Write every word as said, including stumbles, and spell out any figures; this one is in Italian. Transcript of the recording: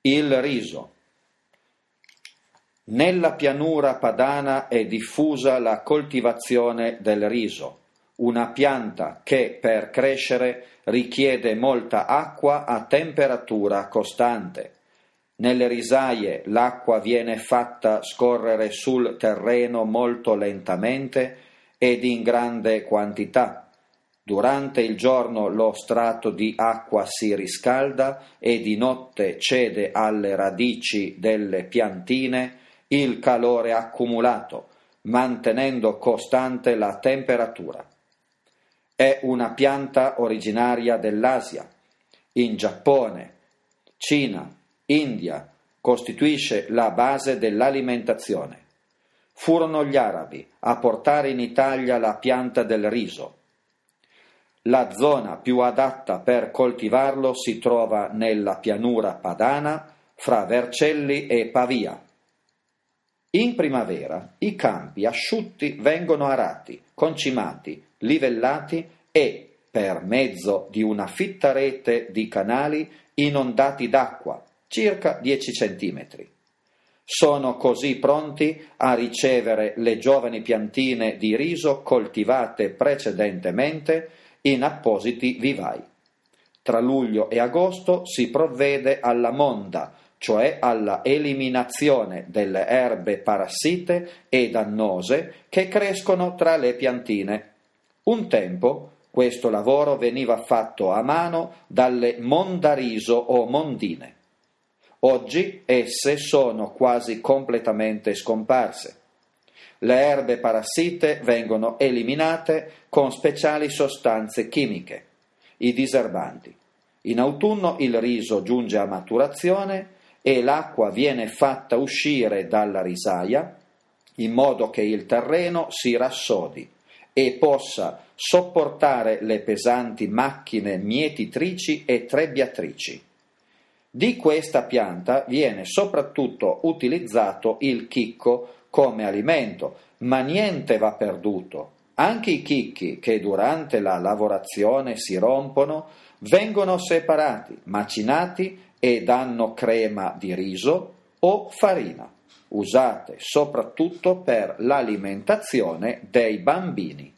Il riso. Nella pianura padana è diffusa la coltivazione del riso, una pianta che per crescere richiede molta acqua a temperatura costante. Nelle risaie l'acqua viene fatta scorrere sul terreno molto lentamente ed in grande quantità. Durante il giorno lo strato di acqua si riscalda e di notte cede alle radici delle piantine il calore accumulato, mantenendo costante la temperatura. È una pianta originaria dell'Asia. In Giappone, Cina, India costituisce la base dell'alimentazione. Furono gli arabi a portare in Italia la pianta del riso. La zona più adatta per coltivarlo si trova nella pianura padana fra Vercelli e Pavia. In primavera i campi asciutti vengono arati, concimati, livellati e, per mezzo di una fitta rete di canali, inondati d'acqua, circa dieci centimetri. Sono così pronti a ricevere le giovani piantine di riso coltivate precedentemente in appositi vivai. Tra luglio e agosto si provvede alla monda, cioè alla eliminazione delle erbe parassite e dannose che crescono tra le piantine. Un tempo questo lavoro veniva fatto a mano dalle mondariso o mondine. Oggi esse sono quasi completamente scomparse. Le erbe parassite vengono eliminate con speciali sostanze chimiche, i diserbanti. In autunno il riso giunge a maturazione e l'acqua viene fatta uscire dalla risaia in modo che il terreno si rassodi e possa sopportare le pesanti macchine mietitrici e trebbiatrici. Di questa pianta viene soprattutto utilizzato il chicco come alimento, ma niente va perduto. Anche i chicchi che durante la lavorazione si rompono vengono separati, macinati e danno crema di riso o farina, usate soprattutto per l'alimentazione dei bambini.